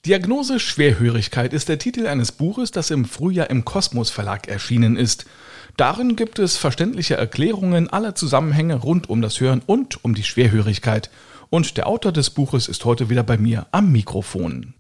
Diagnose Schwerhörigkeit ist der Titel eines Buches, das im Frühjahr im Kosmos Verlag erschienen ist. Darin gibt es verständliche Erklärungen aller Zusammenhänge rund um das Hören und um die Schwerhörigkeit. Und der Autor des Buches ist heute wieder bei mir am Mikrofon.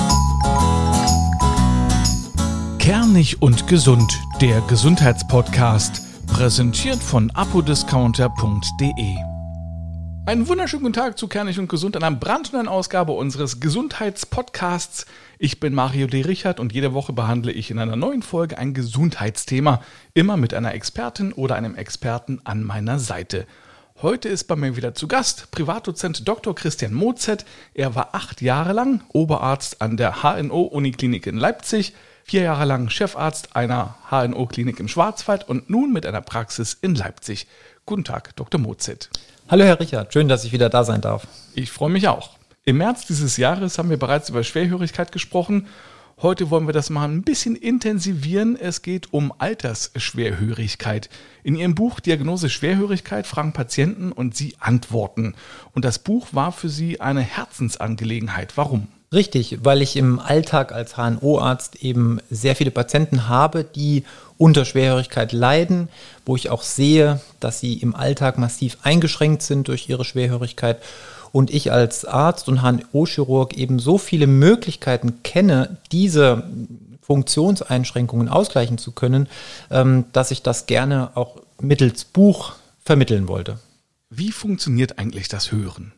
Kernig und gesund, der Gesundheitspodcast, präsentiert von apodiscounter.de. Einen wunderschönen guten Tag zu Kernig und Gesund, einer brandneuen Ausgabe unseres Gesundheitspodcasts. Ich bin Mario D. Richard und jede Woche behandle ich in einer neuen Folge ein Gesundheitsthema, immer mit einer Expertin oder einem Experten an meiner Seite. Heute ist bei mir wieder zu Gast Privatdozent Dr. Christian Mozet. Er war 8 Jahre lang Oberarzt an der HNO-Uniklinik in Leipzig, 4 Jahre lang Chefarzt einer HNO-Klinik im Schwarzwald und nun mit einer Praxis in Leipzig. Guten Tag, Dr. Mozet. Hallo Herr Richard, schön, dass ich wieder da sein darf. Ich freue mich auch. Im März dieses Jahres haben wir bereits über Schwerhörigkeit gesprochen. Heute wollen wir das mal ein bisschen intensivieren. Es geht um Altersschwerhörigkeit. In Ihrem Buch Diagnose Schwerhörigkeit fragen Patienten und Sie antworten. Und das Buch war für Sie eine Herzensangelegenheit. Warum? Richtig, weil ich im Alltag als HNO-Arzt eben sehr viele Patienten habe, die unter Schwerhörigkeit leiden, wo ich auch sehe, dass sie im Alltag massiv eingeschränkt sind durch ihre Schwerhörigkeit. Und ich als Arzt und HNO-Chirurg eben so viele Möglichkeiten kenne, diese Funktionseinschränkungen ausgleichen zu können, dass ich das gerne auch mittels Buch vermitteln wollte. Wie funktioniert eigentlich das Hören?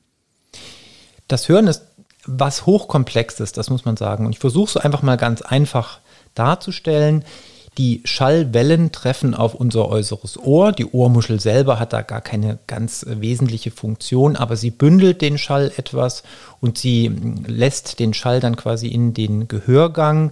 Das Hören ist was Hochkomplexes, das muss man sagen. Und ich versuche es einfach mal ganz einfach darzustellen. Die Schallwellen treffen auf unser äußeres Ohr. Die Ohrmuschel selber hat da gar keine ganz wesentliche Funktion, aber sie bündelt den Schall etwas und sie lässt den Schall dann quasi in den Gehörgang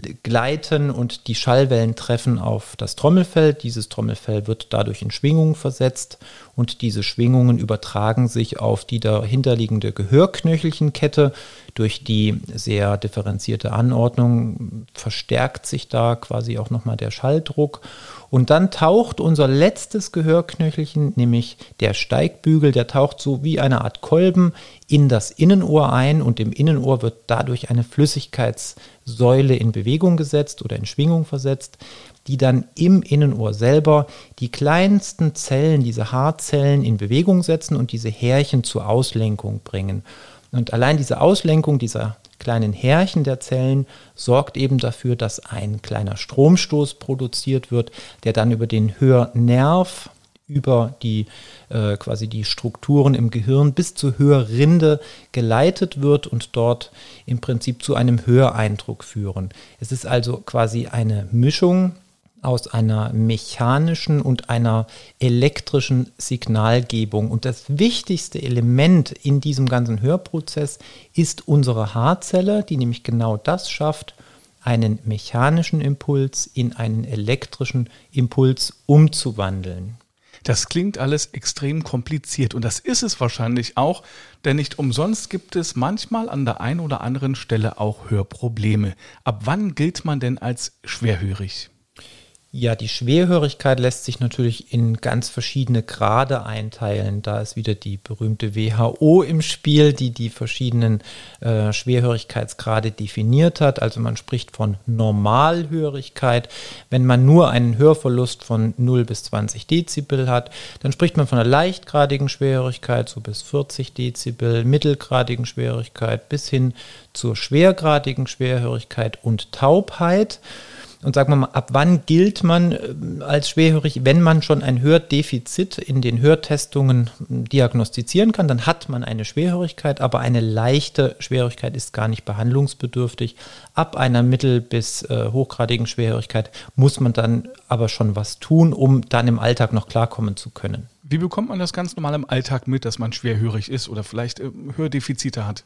gleiten und die Schallwellen treffen auf das Trommelfell. Dieses Trommelfell wird dadurch in Schwingungen versetzt und diese Schwingungen übertragen sich auf die dahinterliegende Gehörknöchelchenkette. Durch die sehr differenzierte Anordnung verstärkt sich da quasi auch nochmal der Schalldruck. Und dann taucht unser letztes Gehörknöchelchen, nämlich der Steigbügel, der taucht so wie eine Art Kolben in das Innenohr ein und im Innenohr wird dadurch eine Flüssigkeitssäule in Bewegung gesetzt oder in Schwingung versetzt, die dann im Innenohr selber die kleinsten Zellen, diese Haarzellen in Bewegung setzen und diese Härchen zur Auslenkung bringen. Und allein diese Auslenkung dieser kleinen Härchen der Zellen sorgt eben dafür, dass ein kleiner Stromstoß produziert wird, der dann über den Hörnerv, über die quasi die Strukturen im Gehirn bis zur Hörrinde geleitet wird und dort im Prinzip zu einem Höreindruck führen. Es ist also quasi eine Mischung aus einer mechanischen und einer elektrischen Signalgebung. Und das wichtigste Element in diesem ganzen Hörprozess ist unsere Haarzelle, die nämlich genau das schafft, einen mechanischen Impuls in einen elektrischen Impuls umzuwandeln. Das klingt alles extrem kompliziert und das ist es wahrscheinlich auch, denn nicht umsonst gibt es manchmal an der einen oder anderen Stelle auch Hörprobleme. Ab wann gilt man denn als schwerhörig? Ja, die Schwerhörigkeit lässt sich natürlich in ganz verschiedene Grade einteilen. Da ist wieder die berühmte WHO im Spiel, die die verschiedenen Schwerhörigkeitsgrade definiert hat. Also man spricht von Normalhörigkeit. Wenn man nur einen Hörverlust von 0 bis 20 Dezibel hat, dann spricht man von einer leichtgradigen Schwerhörigkeit, so bis 40 Dezibel, mittelgradigen Schwerhörigkeit bis hin zur schwergradigen Schwerhörigkeit und Taubheit. Und sagen wir mal, ab wann gilt man als schwerhörig? Wenn man schon ein Hördefizit in den Hörtestungen diagnostizieren kann, dann hat man eine Schwerhörigkeit, aber eine leichte Schwerhörigkeit ist gar nicht behandlungsbedürftig. Ab einer mittel- bis hochgradigen Schwerhörigkeit muss man dann aber schon was tun, um dann im Alltag noch klarkommen zu können. Wie bekommt man das ganz normal im Alltag mit, dass man schwerhörig ist oder vielleicht Hördefizite hat?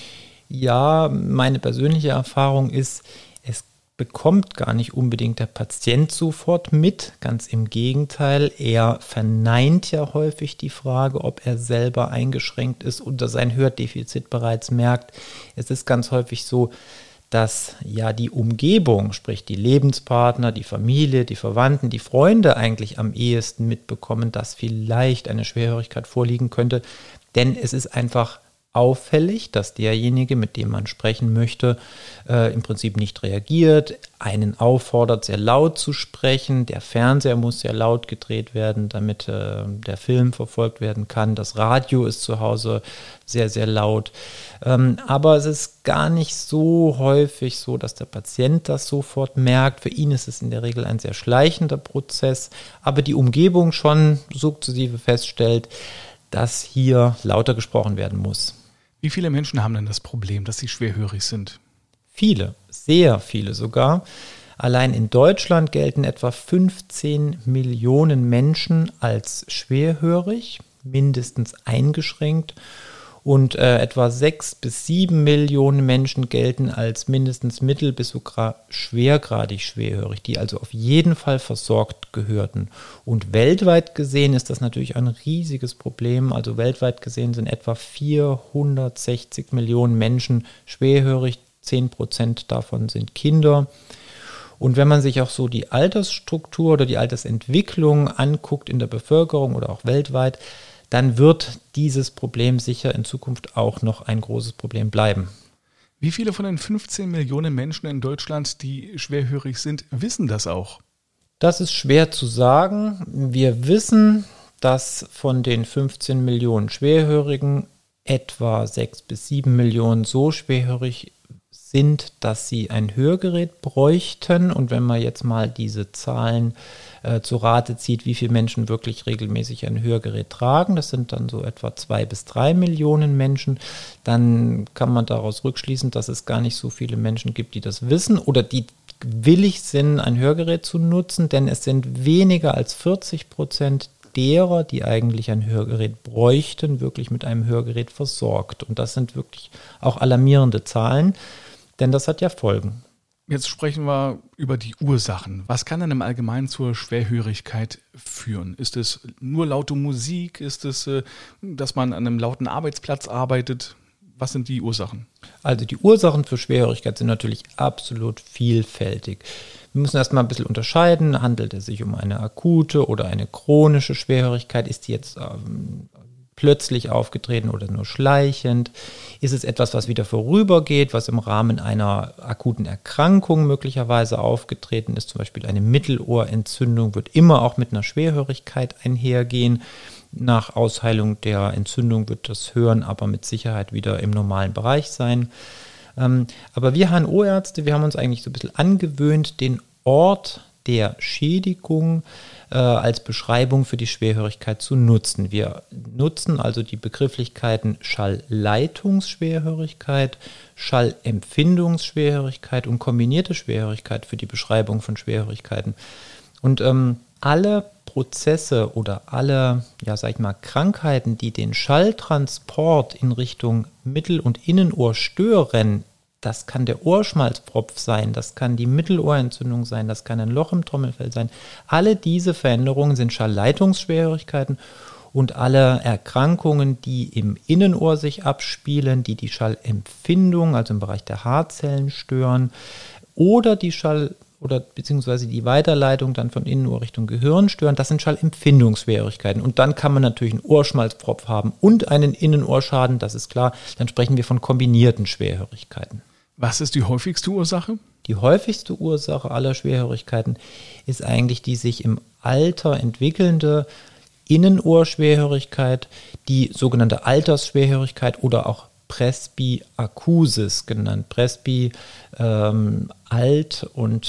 Ja, meine persönliche Erfahrung ist, es bekommt gar nicht unbedingt der Patient sofort mit, ganz im Gegenteil, er verneint ja häufig die Frage, ob er selber eingeschränkt ist oder sein Hördefizit bereits merkt. Es ist ganz häufig so, dass ja die Umgebung, sprich die Lebenspartner, die Familie, die Verwandten, die Freunde eigentlich am ehesten mitbekommen, dass vielleicht eine Schwerhörigkeit vorliegen könnte, denn es ist einfach auffällig, dass derjenige, mit dem man sprechen möchte, im Prinzip nicht reagiert, einen auffordert, sehr laut zu sprechen. Der Fernseher muss sehr laut gedreht werden, damit der Film verfolgt werden kann. Das Radio ist zu Hause sehr, sehr laut. Aber es ist gar nicht so häufig so, dass der Patient das sofort merkt. Für ihn ist es in der Regel ein sehr schleichender Prozess, aber die Umgebung schon sukzessive feststellt, dass hier lauter gesprochen werden muss. Wie viele Menschen haben denn das Problem, dass sie schwerhörig sind? Viele, sehr viele sogar. Allein in Deutschland gelten etwa 15 Millionen Menschen als schwerhörig, mindestens eingeschränkt. Und etwa 6 bis 7 Millionen Menschen gelten als mindestens mittel- bis sogar schwergradig schwerhörig, die also auf jeden Fall versorgt gehörten. Und weltweit gesehen ist das natürlich ein riesiges Problem. Also weltweit gesehen sind etwa 460 Millionen Menschen schwerhörig, 10% davon sind Kinder. Und wenn man sich auch so die Altersstruktur oder die Altersentwicklung anguckt in der Bevölkerung oder auch weltweit, dann wird dieses Problem sicher in Zukunft auch noch ein großes Problem bleiben. Wie viele von den 15 Millionen Menschen in Deutschland, die schwerhörig sind, wissen das auch? Das ist schwer zu sagen. Wir wissen, dass von den 15 Millionen Schwerhörigen etwa 6 bis 7 Millionen so schwerhörig sind, dass sie ein Hörgerät bräuchten. Und wenn man jetzt mal diese Zahlen zu Rate zieht, wie viele Menschen wirklich regelmäßig ein Hörgerät tragen, das sind dann so etwa 2 bis 3 Millionen Menschen, dann kann man daraus rückschließen, dass es gar nicht so viele Menschen gibt, die das wissen oder die willig sind, ein Hörgerät zu nutzen, denn es sind weniger als 40% derer, die eigentlich ein Hörgerät bräuchten, wirklich mit einem Hörgerät versorgt. Und das sind wirklich auch alarmierende Zahlen, denn das hat ja Folgen. Jetzt sprechen wir über die Ursachen. Was kann denn im Allgemeinen zur Schwerhörigkeit führen? Ist es nur laute Musik? Ist es, dass man an einem lauten Arbeitsplatz arbeitet? Was sind die Ursachen? Also die Ursachen für Schwerhörigkeit sind natürlich absolut vielfältig. Wir müssen erstmal ein bisschen unterscheiden. Handelt es sich um eine akute oder eine chronische Schwerhörigkeit? Ist die jetzt plötzlich aufgetreten oder nur schleichend? Ist es etwas, was wieder vorübergeht, was im Rahmen einer akuten Erkrankung möglicherweise aufgetreten ist? Zum Beispiel eine Mittelohrentzündung wird immer auch mit einer Schwerhörigkeit einhergehen. Nach Ausheilung der Entzündung wird das Hören aber mit Sicherheit wieder im normalen Bereich sein. Aber wir HNO-Ärzte, wir haben uns eigentlich so ein bisschen angewöhnt, den Ort der Schädigung als Beschreibung für die Schwerhörigkeit zu nutzen. Wir nutzen also die Begrifflichkeiten Schallleitungsschwerhörigkeit, Schallempfindungsschwerhörigkeit und kombinierte Schwerhörigkeit für die Beschreibung von Schwerhörigkeiten. Und alle Prozesse oder alle, Krankheiten, die den Schalltransport in Richtung Mittel- und Innenohr stören, das kann der Ohrschmalzpropf sein, das kann die Mittelohrentzündung sein, das kann ein Loch im Trommelfell sein. Alle diese Veränderungen sind Schallleitungsschwerhörigkeiten und alle Erkrankungen, die im Innenohr sich abspielen, die die Schallempfindung, also im Bereich der Haarzellen stören oder die beziehungsweise die Weiterleitung dann von Innenohr Richtung Gehirn stören, das sind Schallempfindungsschwerhörigkeiten. Und dann kann man natürlich einen Ohrschmalzpropf haben und einen Innenohrschaden, das ist klar, dann sprechen wir von kombinierten Schwerhörigkeiten. Was ist die häufigste Ursache? Die häufigste Ursache aller Schwerhörigkeiten ist eigentlich die sich im Alter entwickelnde Innenohrschwerhörigkeit, die sogenannte Altersschwerhörigkeit oder auch Presbyakusis genannt. Presby alt und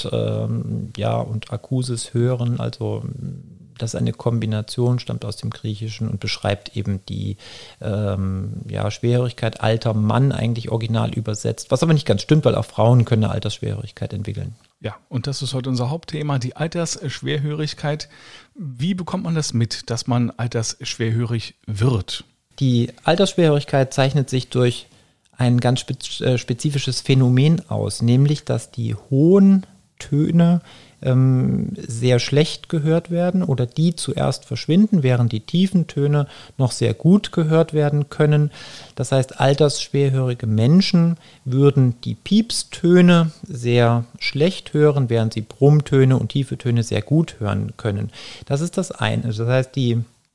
Akusis hören, also das ist eine Kombination, stammt aus dem Griechischen und beschreibt eben die Schwerhörigkeit alter Mann eigentlich original übersetzt, was aber nicht ganz stimmt, weil auch Frauen können eine Altersschwerhörigkeit entwickeln. Ja, und das ist heute unser Hauptthema, die Altersschwerhörigkeit. Wie bekommt man das mit, dass man altersschwerhörig wird? Die Altersschwerhörigkeit zeichnet sich durch ein ganz spezifisches Phänomen aus, nämlich dass die hohen Töne sehr schlecht gehört werden oder die zuerst verschwinden, während die tiefen Töne noch sehr gut gehört werden können. Das heißt, altersschwerhörige Menschen würden die Piepstöne sehr schlecht hören, während sie Brummtöne und tiefe Töne sehr gut hören können. Das ist das eine. Das heißt, die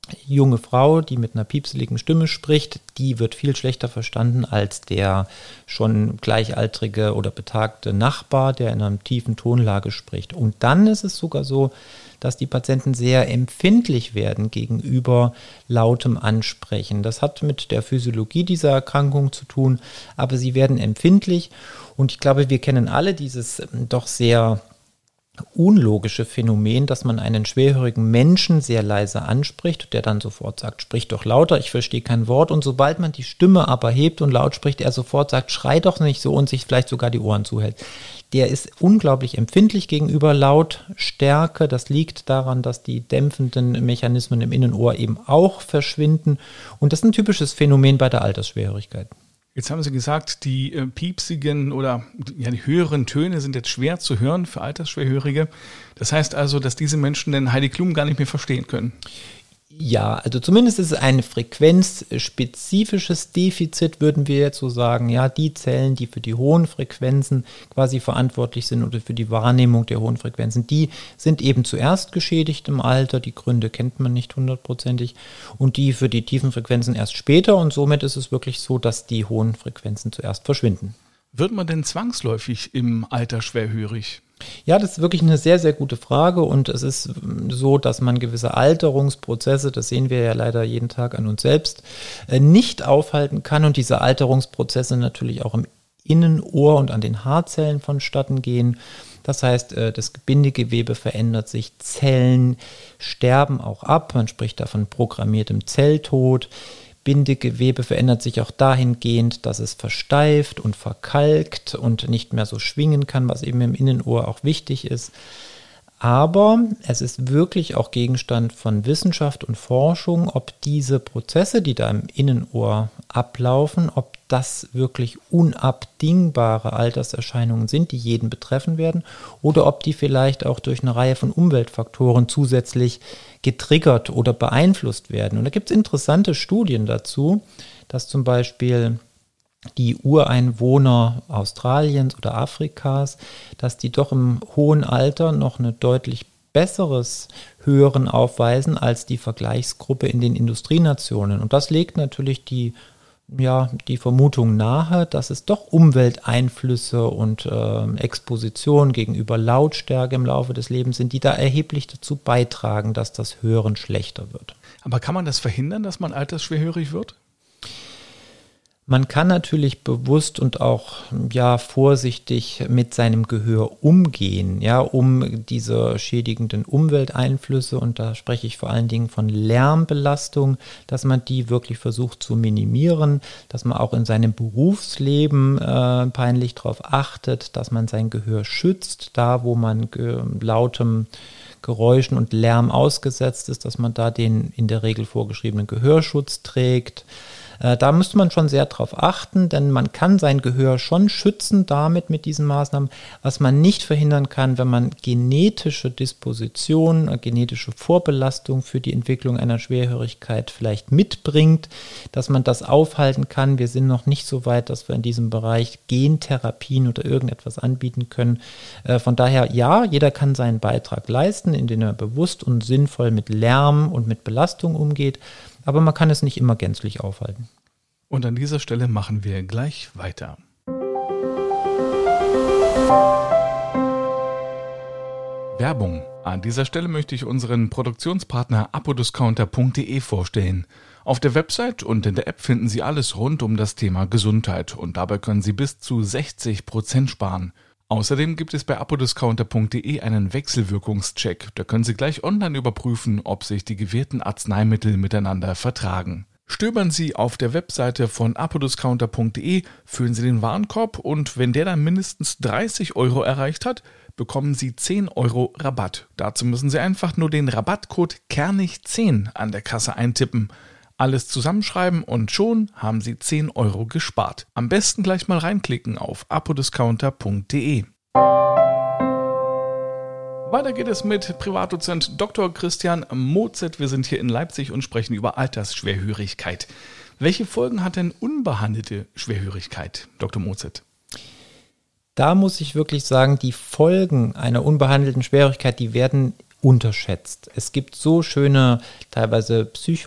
junge Frau, die mit einer piepseligen Stimme spricht, die wird viel schlechter verstanden als der schon gleichaltrige oder betagte Nachbar, der in einer tiefen Tonlage spricht. Und dann ist es sogar so, dass die Patienten sehr empfindlich werden gegenüber lautem Ansprechen. Das hat mit der Physiologie dieser Erkrankung zu tun, aber sie werden empfindlich. Und ich glaube, wir kennen alle dieses doch sehr unlogische Phänomen, dass man einen schwerhörigen Menschen sehr leise anspricht, der dann sofort sagt, sprich doch lauter, ich verstehe kein Wort. Und sobald man die Stimme aber hebt und laut spricht, er sofort sagt, schrei doch nicht so und sich vielleicht sogar die Ohren zuhält. Der ist unglaublich empfindlich gegenüber Lautstärke. Das liegt daran, dass die dämpfenden Mechanismen im Innenohr eben auch verschwinden. Und das ist ein typisches Phänomen bei der Altersschwerhörigkeit. Jetzt haben Sie gesagt, die piepsigen oder die höheren Töne sind jetzt schwer zu hören für Altersschwerhörige. Das heißt also, dass diese Menschen den Heidi Klum gar nicht mehr verstehen können. Ja, also zumindest ist es ein frequenzspezifisches Defizit, würden wir jetzt so sagen. Ja, die Zellen, die für die hohen Frequenzen quasi verantwortlich sind oder für die Wahrnehmung der hohen Frequenzen, die sind eben zuerst geschädigt im Alter. Die Gründe kennt man nicht hundertprozentig. Und die für die tiefen Frequenzen erst später. Und somit ist es wirklich so, dass die hohen Frequenzen zuerst verschwinden. Wird man denn zwangsläufig im Alter schwerhörig? Ja, das ist wirklich eine sehr, sehr gute Frage und es ist so, dass man gewisse Alterungsprozesse, das sehen wir ja leider jeden Tag an uns selbst, nicht aufhalten kann und diese Alterungsprozesse natürlich auch im Innenohr und an den Haarzellen vonstatten gehen. Das heißt, das Bindegewebe verändert sich, Zellen sterben auch ab, man spricht da von programmiertem Zelltod. Bindegewebe verändert sich auch dahingehend, dass es versteift und verkalkt und nicht mehr so schwingen kann, was eben im Innenohr auch wichtig ist. Aber es ist wirklich auch Gegenstand von Wissenschaft und Forschung, ob diese Prozesse, die da im Innenohr ablaufen, ob das wirklich unabdingbare Alterserscheinungen sind, die jeden betreffen werden, oder ob die vielleicht auch durch eine Reihe von Umweltfaktoren zusätzlich getriggert oder beeinflusst werden. Und da gibt es interessante Studien dazu, dass zum Beispiel die Ureinwohner Australiens oder Afrikas, dass die doch im hohen Alter noch ein deutlich besseres Hören aufweisen als die Vergleichsgruppe in den Industrienationen. Und das legt natürlich die Vermutung nahe, dass es doch Umwelteinflüsse und Exposition gegenüber Lautstärke im Laufe des Lebens sind, die da erheblich dazu beitragen, dass das Hören schlechter wird. Aber kann man das verhindern, dass man altersschwerhörig wird? Man kann natürlich bewusst und auch vorsichtig mit seinem Gehör umgehen, um diese schädigenden Umwelteinflüsse, und da spreche ich vor allen Dingen von Lärmbelastung, dass man die wirklich versucht zu minimieren, dass man auch in seinem Berufsleben peinlich darauf achtet, dass man sein Gehör schützt, da wo man lautem Geräuschen und Lärm ausgesetzt ist, dass man da den in der Regel vorgeschriebenen Gehörschutz trägt. Da müsste man schon sehr drauf achten, denn man kann sein Gehör schon schützen damit mit diesen Maßnahmen. Was man nicht verhindern kann, wenn man genetische Disposition, genetische Vorbelastung für die Entwicklung einer Schwerhörigkeit vielleicht mitbringt, dass man das aufhalten kann. Wir sind noch nicht so weit, dass wir in diesem Bereich Gentherapien oder irgendetwas anbieten können. Von daher, ja, jeder kann seinen Beitrag leisten, indem er bewusst und sinnvoll mit Lärm und mit Belastung umgeht. Aber man kann es nicht immer gänzlich aufhalten. Und an dieser Stelle machen wir gleich weiter. Werbung. An dieser Stelle möchte ich unseren Produktionspartner apodiscounter.de vorstellen. Auf der Website und in der App finden Sie alles rund um das Thema Gesundheit und dabei können Sie bis zu 60% sparen. Außerdem gibt es bei apodiscounter.de einen Wechselwirkungscheck. Da können Sie gleich online überprüfen, ob sich die gewählten Arzneimittel miteinander vertragen. Stöbern Sie auf der Webseite von apodiscounter.de, füllen Sie den Warenkorb und wenn der dann mindestens 30 € erreicht hat, bekommen Sie 10 € Rabatt. Dazu müssen Sie einfach nur den Rabattcode Kernig10 an der Kasse eintippen. Alles zusammenschreiben und schon haben Sie 10 € gespart. Am besten gleich mal reinklicken auf apodiscounter.de. Weiter geht es mit Privatdozent Dr. Christian Mozet. Wir sind hier in Leipzig und sprechen über Altersschwerhörigkeit. Welche Folgen hat denn unbehandelte Schwerhörigkeit, Dr. Mozet? Da muss ich wirklich sagen, die Folgen einer unbehandelten Schwerhörigkeit, die werden unterschätzt. Es gibt so schöne, teilweise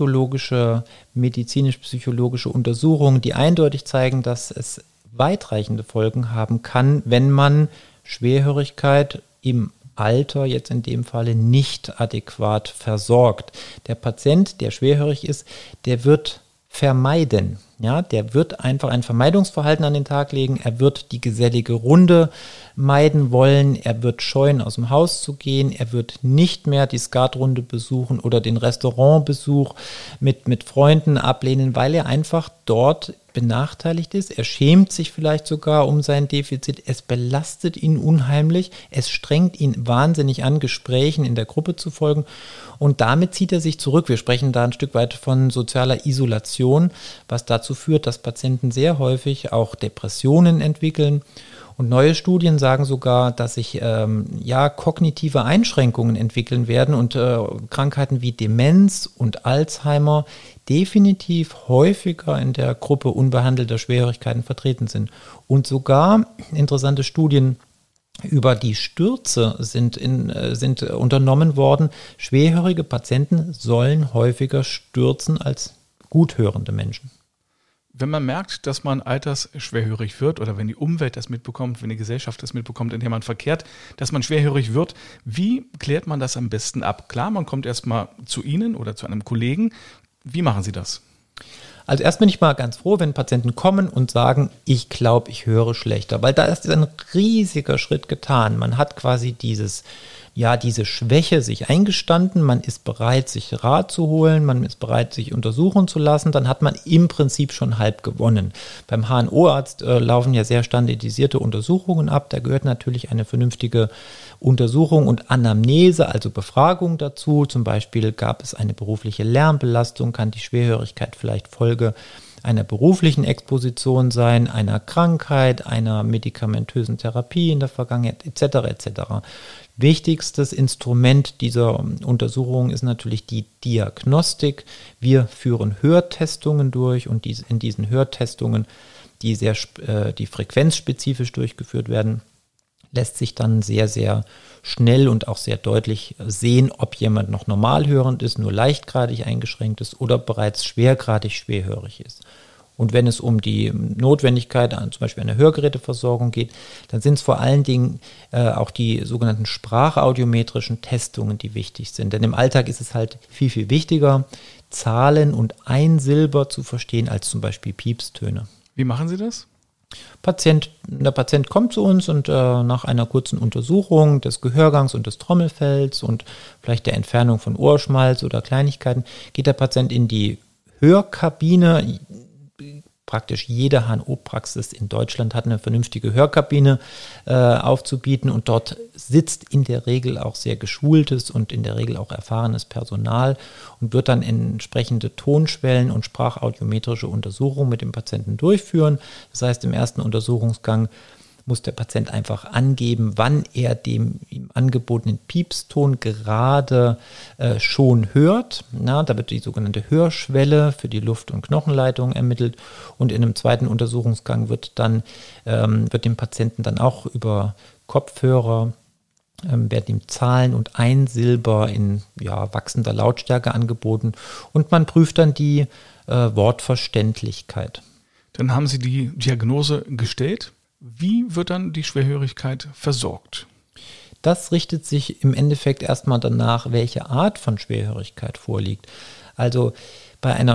medizinisch-psychologische Untersuchungen, die eindeutig zeigen, dass es weitreichende Folgen haben kann, wenn man Schwerhörigkeit im Alter jetzt in dem Falle nicht adäquat versorgt. Der Patient, der schwerhörig ist, der wird vermeiden. Ja, der wird einfach ein Vermeidungsverhalten an den Tag legen. Er wird die gesellige Runde meiden wollen. Er wird scheuen, aus dem Haus zu gehen. Er wird nicht mehr die Skatrunde besuchen oder den Restaurantbesuch mit Freunden ablehnen, weil er einfach dort benachteiligt ist. Er schämt sich vielleicht sogar um sein Defizit. Es belastet ihn unheimlich. Es strengt ihn wahnsinnig an, Gesprächen in der Gruppe zu folgen. Und damit zieht er sich zurück. Wir sprechen da ein Stück weit von sozialer Isolation, was dazu führt, dass Patienten sehr häufig auch Depressionen entwickeln. Und neue Studien sagen sogar, dass sich kognitive Einschränkungen entwickeln werden und Krankheiten wie Demenz und Alzheimer definitiv häufiger in der Gruppe unbehandelter Schwerhörigkeiten vertreten sind. Und sogar interessante Studien über die Stürze sind unternommen worden. Schwerhörige Patienten sollen häufiger stürzen als guthörende Menschen. Wenn man merkt, dass man altersschwerhörig wird oder wenn die Umwelt das mitbekommt, wenn die Gesellschaft das mitbekommt, in der man verkehrt, dass man schwerhörig wird, wie klärt man das am besten ab? Klar, man kommt erstmal zu Ihnen oder zu einem Kollegen. Wie machen Sie das? Also erst bin ich mal ganz froh, wenn Patienten kommen und sagen, ich glaube, ich höre schlechter, weil da ist ein riesiger Schritt getan. Man hat quasi diese Schwäche sich eingestanden, man ist bereit, sich Rat zu holen, man ist bereit, sich untersuchen zu lassen, dann hat man im Prinzip schon halb gewonnen. Beim HNO-Arzt laufen ja sehr standardisierte Untersuchungen ab, da gehört natürlich eine vernünftige Untersuchung und Anamnese, also Befragung dazu. Zum Beispiel gab es eine berufliche Lärmbelastung, kann die Schwerhörigkeit vielleicht Folge einer beruflichen Exposition sein, einer Krankheit, einer medikamentösen Therapie in der Vergangenheit etc. etc. Wichtigstes Instrument dieser Untersuchung ist natürlich die Diagnostik. Wir führen Hörtestungen durch und in diesen Hörtestungen, die frequenzspezifisch durchgeführt werden, lässt sich dann sehr, sehr schnell und auch sehr deutlich sehen, ob jemand noch normalhörend ist, nur leichtgradig eingeschränkt ist oder bereits schwergradig schwerhörig ist. Und wenn es um die Notwendigkeit zum Beispiel einer Hörgeräteversorgung geht, dann sind es vor allen Dingen auch die sogenannten sprachaudiometrischen Testungen, die wichtig sind. Denn im Alltag ist es halt viel, viel wichtiger, Zahlen und Einsilber zu verstehen, als zum Beispiel Piepstöne. Wie machen Sie das? Der Patient kommt zu uns und nach einer kurzen Untersuchung des Gehörgangs und des Trommelfells und vielleicht der Entfernung von Ohrschmalz oder Kleinigkeiten geht der Patient in die Hörkabine. Praktisch jede HNO-Praxis in Deutschland hat eine vernünftige Hörkabine aufzubieten und dort sitzt in der Regel auch sehr geschultes und in der Regel auch erfahrenes Personal und wird dann entsprechende Tonschwellen und sprachaudiometrische Untersuchungen mit dem Patienten durchführen. Das heißt, im ersten Untersuchungsgang muss der Patient einfach angeben, wann er dem ihm angebotenen Piepston gerade schon hört. Da wird die sogenannte Hörschwelle für die Luft- und Knochenleitung ermittelt und in einem zweiten Untersuchungsgang wird dem Patienten dann auch über Kopfhörer werden ihm Zahlen und Einsilber in wachsender Lautstärke angeboten und man prüft dann die Wortverständlichkeit. Dann haben Sie die Diagnose gestellt. Wie wird dann die Schwerhörigkeit versorgt? Das richtet sich im Endeffekt erstmal danach, welche Art von Schwerhörigkeit vorliegt. Also bei einer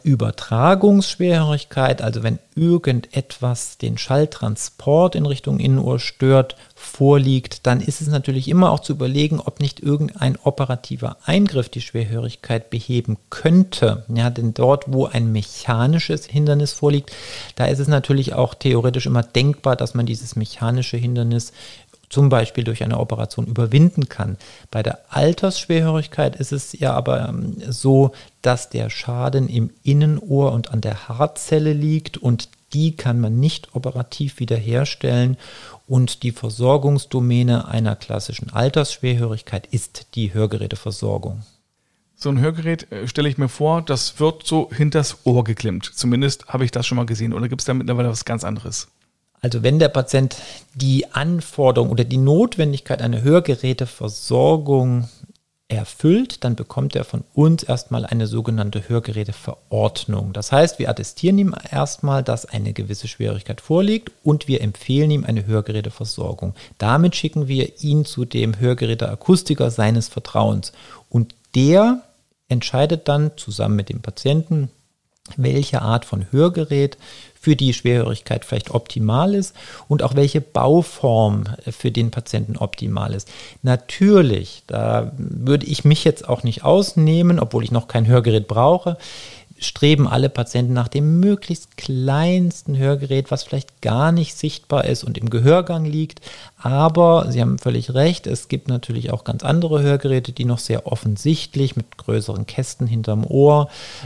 Schallübertragungsschwerhörigkeit, also wenn irgendetwas den Schalltransport in Richtung Innenohr stört, vorliegt, dann ist es natürlich immer auch zu überlegen, ob nicht irgendein operativer Eingriff die Schwerhörigkeit beheben könnte. Ja, denn dort, wo ein mechanisches Hindernis vorliegt, da ist es natürlich auch theoretisch immer denkbar, dass man dieses mechanische Hindernis zum Beispiel durch eine Operation überwinden kann. Bei der Altersschwerhörigkeit ist es ja aber so, dass der Schaden im Innenohr und an der Haarzelle liegt und die kann man nicht operativ wiederherstellen und die Versorgungsdomäne einer klassischen Altersschwerhörigkeit ist die Hörgeräteversorgung. So ein Hörgerät stelle ich mir vor, das wird so hinters Ohr geklemmt. Zumindest habe ich das schon mal gesehen. Oder gibt es da mittlerweile was ganz anderes? Also wenn der Patient die Anforderung oder die Notwendigkeit einer Hörgeräteversorgung erfüllt, dann bekommt er von uns erstmal eine sogenannte Hörgeräteverordnung. Das heißt, wir attestieren ihm erstmal, dass eine gewisse Schwierigkeit vorliegt und wir empfehlen ihm eine Hörgeräteversorgung. Damit schicken wir ihn zu dem Hörgeräteakustiker seines Vertrauens und der entscheidet dann zusammen mit dem Patienten, welche Art von Hörgerät für die Schwerhörigkeit vielleicht optimal ist und auch welche Bauform für den Patienten optimal ist. Natürlich, da würde ich mich jetzt auch nicht ausnehmen, obwohl ich noch kein Hörgerät brauche, streben alle Patienten nach dem möglichst kleinsten Hörgerät, was vielleicht gar nicht sichtbar ist und im Gehörgang liegt. Aber Sie haben völlig recht, es gibt natürlich auch ganz andere Hörgeräte, die noch sehr offensichtlich mit größeren Kästen hinterm Ohr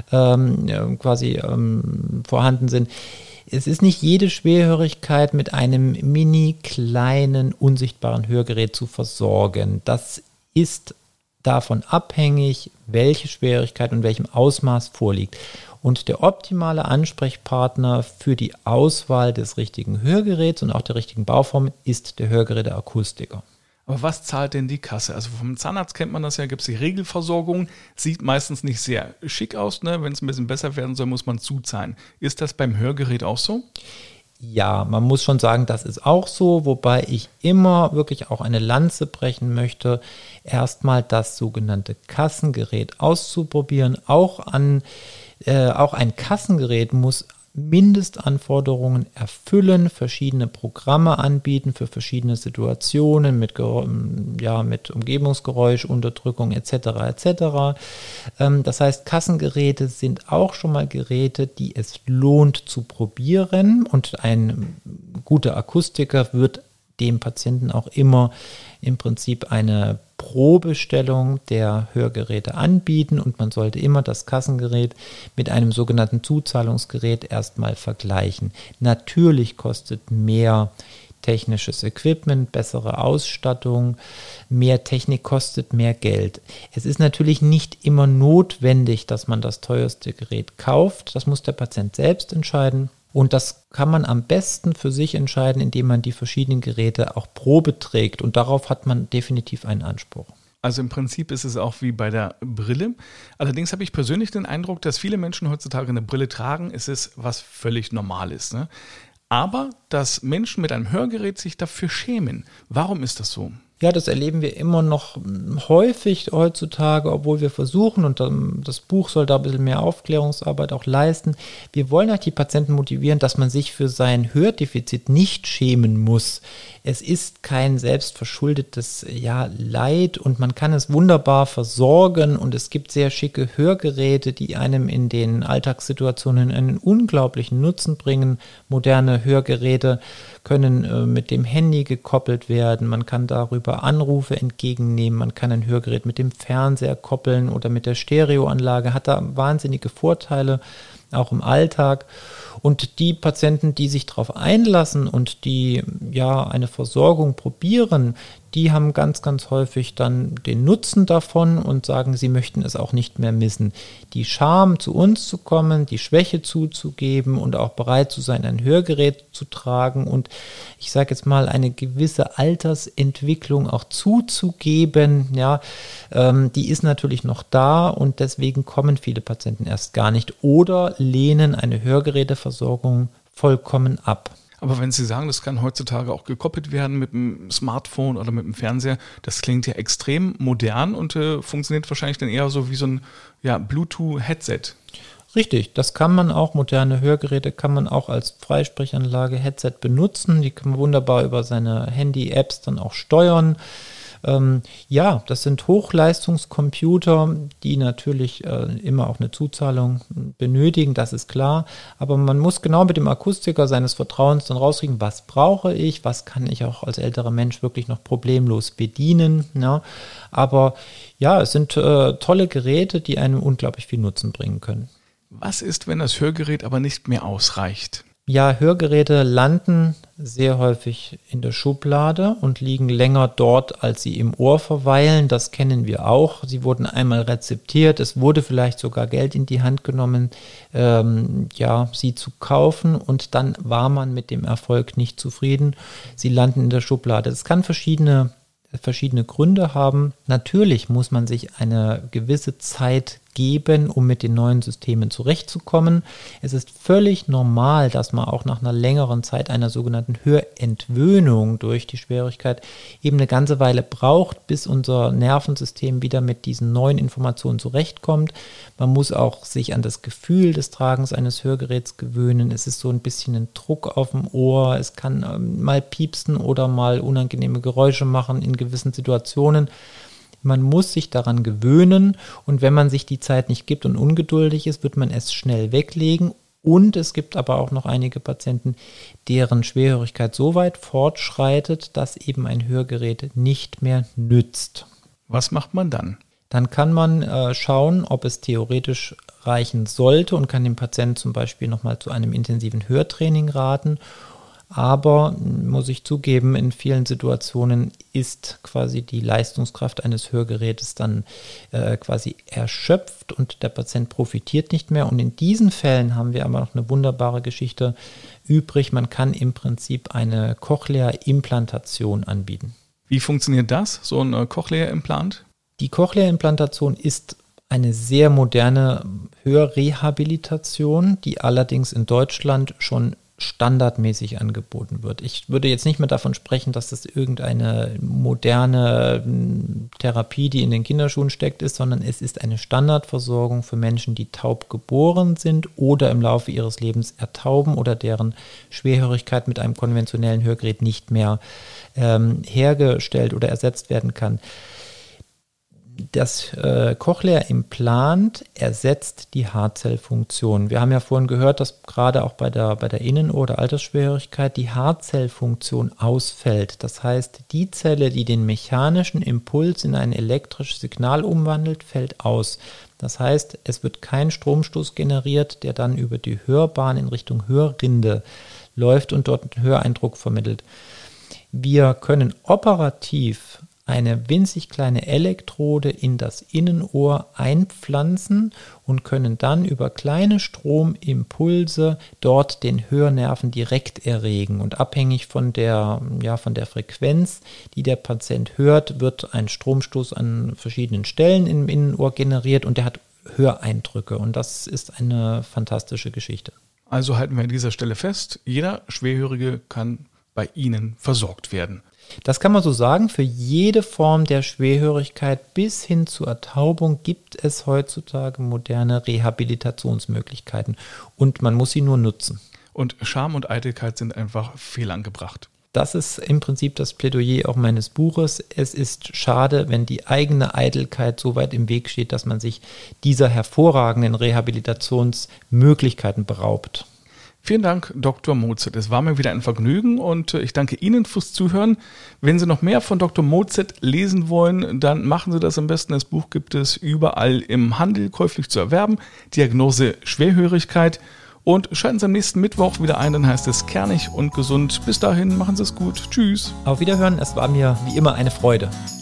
vorhanden sind. Es ist nicht jede Schwerhörigkeit mit einem mini kleinen, unsichtbaren Hörgerät zu versorgen. Das ist davon abhängig, welche Schwierigkeit und welchem Ausmaß vorliegt. Und der optimale Ansprechpartner für die Auswahl des richtigen Hörgeräts und auch der richtigen Bauform ist der Hörgeräteakustiker. Aber was zahlt denn die Kasse? Also vom Zahnarzt kennt man das ja, gibt es die Regelversorgung, sieht meistens nicht sehr schick aus, ne? Wenn es ein bisschen besser werden soll, muss man zuzahlen. Ist das beim Hörgerät auch so? Ja, man muss schon sagen, das ist auch so, wobei ich immer wirklich auch eine Lanze brechen möchte, erstmal das sogenannte Kassengerät auszuprobieren. Auch ein Kassengerät muss Mindestanforderungen erfüllen, verschiedene Programme anbieten für verschiedene Situationen mit Umgebungsgeräusch, Unterdrückung etc. etc. Das heißt, Kassengeräte sind auch schon mal Geräte, die es lohnt zu probieren und ein guter Akustiker wird dem Patienten auch immer im Prinzip eine Probestellung der Hörgeräte anbieten und man sollte immer das Kassengerät mit einem sogenannten Zuzahlungsgerät erstmal vergleichen. Natürlich kostet mehr technisches Equipment, bessere Ausstattung, mehr Technik kostet mehr Geld. Es ist natürlich nicht immer notwendig, dass man das teuerste Gerät kauft. Das muss der Patient selbst entscheiden. Und das kann man am besten für sich entscheiden, indem man die verschiedenen Geräte auch Probe trägt. Und darauf hat man definitiv einen Anspruch. Also im Prinzip ist es auch wie bei der Brille. Allerdings habe ich persönlich den Eindruck, dass viele Menschen heutzutage eine Brille tragen. Es ist was völlig Normales, ne? Aber dass Menschen mit einem Hörgerät sich dafür schämen. Warum ist das so? Ja, das erleben wir immer noch häufig heutzutage, obwohl wir versuchen, und das Buch soll da ein bisschen mehr Aufklärungsarbeit auch leisten. Wir wollen halt die Patienten motivieren, dass man sich für sein Hördefizit nicht schämen muss. Es ist kein selbstverschuldetes Leid und man kann es wunderbar versorgen und es gibt sehr schicke Hörgeräte, die einem in den Alltagssituationen einen unglaublichen Nutzen bringen. Moderne Hörgeräte können mit dem Handy gekoppelt werden, man kann darüber Anrufe entgegennehmen, man kann ein Hörgerät mit dem Fernseher koppeln oder mit der Stereoanlage, hat da wahnsinnige Vorteile, auch im Alltag. Und die Patienten, die sich darauf einlassen und die eine Versorgung probieren, die haben ganz, ganz häufig dann den Nutzen davon und sagen, sie möchten es auch nicht mehr missen. Die Scham, zu uns zu kommen, die Schwäche zuzugeben und auch bereit zu sein, ein Hörgerät zu tragen und ich sage jetzt mal eine gewisse Altersentwicklung auch zuzugeben, die ist natürlich noch da und deswegen kommen viele Patienten erst gar nicht oder lehnen eine Hörgeräteversorgung vollkommen ab. Aber wenn Sie sagen, das kann heutzutage auch gekoppelt werden mit dem Smartphone oder mit dem Fernseher, das klingt ja extrem modern und funktioniert wahrscheinlich dann eher so wie so ein Bluetooth-Headset. Richtig, das kann man auch, moderne Hörgeräte kann man auch als Freisprechanlage Headset benutzen. Die kann man wunderbar über seine Handy-Apps dann auch steuern. Das sind Hochleistungscomputer, die natürlich immer auch eine Zuzahlung benötigen, das ist klar. Aber man muss genau mit dem Akustiker seines Vertrauens dann rauskriegen, was brauche ich, was kann ich auch als älterer Mensch wirklich noch problemlos bedienen. Ja. Aber es sind tolle Geräte, die einem unglaublich viel Nutzen bringen können. Was ist, wenn das Hörgerät aber nicht mehr ausreicht? Ja, Hörgeräte landen sehr häufig in der Schublade und liegen länger dort, als sie im Ohr verweilen. Das kennen wir auch. Sie wurden einmal rezeptiert. Es wurde vielleicht sogar Geld in die Hand genommen, sie zu kaufen. Und dann war man mit dem Erfolg nicht zufrieden. Sie landen in der Schublade. Es kann verschiedene verschiedene Gründe haben. Natürlich muss man sich eine gewisse Zeit geben, um mit den neuen Systemen zurechtzukommen. Es ist völlig normal, dass man auch nach einer längeren Zeit einer sogenannten Hörentwöhnung durch die Schwerhörigkeit eben eine ganze Weile braucht, bis unser Nervensystem wieder mit diesen neuen Informationen zurechtkommt. Man muss auch sich an das Gefühl des Tragens eines Hörgeräts gewöhnen. Es ist so ein bisschen ein Druck auf dem Ohr. Es kann mal piepsen oder mal unangenehme Geräusche machen in gewissen Situationen. Man muss sich daran gewöhnen und wenn man sich die Zeit nicht gibt und ungeduldig ist, wird man es schnell weglegen. Und es gibt aber auch noch einige Patienten, deren Schwerhörigkeit so weit fortschreitet, dass eben ein Hörgerät nicht mehr nützt. Was macht man dann? Dann kann man schauen, ob es theoretisch reichen sollte und kann dem Patienten zum Beispiel nochmal zu einem intensiven Hörtraining raten. Aber, muss ich zugeben, in vielen Situationen ist quasi die Leistungskraft eines Hörgerätes dann quasi erschöpft und der Patient profitiert nicht mehr. Und in diesen Fällen haben wir aber noch eine wunderbare Geschichte übrig. Man kann im Prinzip eine Cochlea-Implantation anbieten. Wie funktioniert das, so ein Cochlea-Implant? Die Cochlea-Implantation ist eine sehr moderne Hörrehabilitation, die allerdings in Deutschland schon standardmäßig angeboten wird. Ich würde jetzt nicht mehr davon sprechen, dass das irgendeine moderne Therapie, die in den Kinderschuhen steckt, ist, sondern es ist eine Standardversorgung für Menschen, die taub geboren sind oder im Laufe ihres Lebens ertauben oder deren Schwerhörigkeit mit einem konventionellen Hörgerät nicht mehr hergestellt oder ersetzt werden kann. Das Cochlea-Implant ersetzt die Haarzellfunktion. Wir haben ja vorhin gehört, dass gerade auch bei der Innenohr- oder Altersschwerhörigkeit die Haarzellfunktion ausfällt. Das heißt, die Zelle, die den mechanischen Impuls in ein elektrisches Signal umwandelt, fällt aus. Das heißt, es wird kein Stromstoß generiert, der dann über die Hörbahn in Richtung Hörrinde läuft und dort einen Höreindruck vermittelt. Wir können operativ eine winzig kleine Elektrode in das Innenohr einpflanzen und können dann über kleine Stromimpulse dort den Hörnerven direkt erregen. Und abhängig von der Frequenz, die der Patient hört, wird ein Stromstoß an verschiedenen Stellen im Innenohr generiert und der hat Höreindrücke. Und das ist eine fantastische Geschichte. Also halten wir an dieser Stelle fest, jeder Schwerhörige kann bei Ihnen versorgt werden. Das kann man so sagen, für jede Form der Schwerhörigkeit bis hin zur Ertaubung gibt es heutzutage moderne Rehabilitationsmöglichkeiten und man muss sie nur nutzen. Und Scham und Eitelkeit sind einfach fehlangebracht. Das ist im Prinzip das Plädoyer auch meines Buches. Es ist schade, wenn die eigene Eitelkeit so weit im Weg steht, dass man sich dieser hervorragenden Rehabilitationsmöglichkeiten beraubt. Vielen Dank, Dr. Mozet. Es war mir wieder ein Vergnügen und ich danke Ihnen fürs Zuhören. Wenn Sie noch mehr von Dr. Mozet lesen wollen, dann machen Sie das am besten. Das Buch gibt es überall im Handel käuflich zu erwerben. Diagnose Schwerhörigkeit. Und schalten Sie am nächsten Mittwoch wieder ein, dann heißt es Kernig und Gesund. Bis dahin, machen Sie es gut. Tschüss. Auf Wiederhören, es war mir wie immer eine Freude.